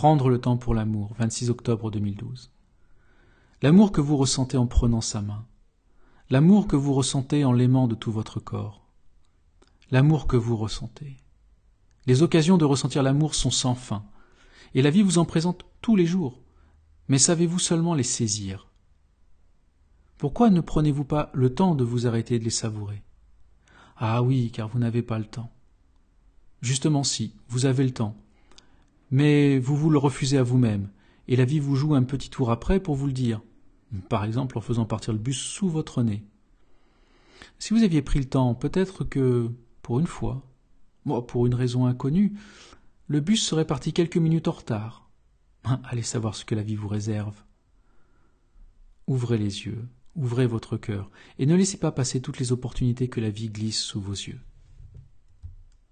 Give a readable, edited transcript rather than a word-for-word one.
Prendre le temps pour l'amour, 26 octobre 2012. L'amour que vous ressentez en prenant sa main. L'amour que vous ressentez en l'aimant de tout votre corps. L'amour que vous ressentez. Les occasions de ressentir l'amour sont sans fin, et la vie vous en présente tous les jours. Mais savez-vous seulement les saisir? Pourquoi ne prenez-vous pas le temps de vous arrêter et de les savourer? Ah oui, car vous n'avez pas le temps. Justement si, vous avez le temps. Mais vous vous le refusez à vous-même, et la vie vous joue un petit tour après pour vous le dire. Par exemple en faisant partir le bus sous votre nez. Si vous aviez pris le temps, peut-être que, pour une fois, pour une raison inconnue, le bus serait parti quelques minutes en retard. Allez savoir ce que la vie vous réserve. Ouvrez les yeux, ouvrez votre cœur, et ne laissez pas passer toutes les opportunités que la vie glisse sous vos yeux.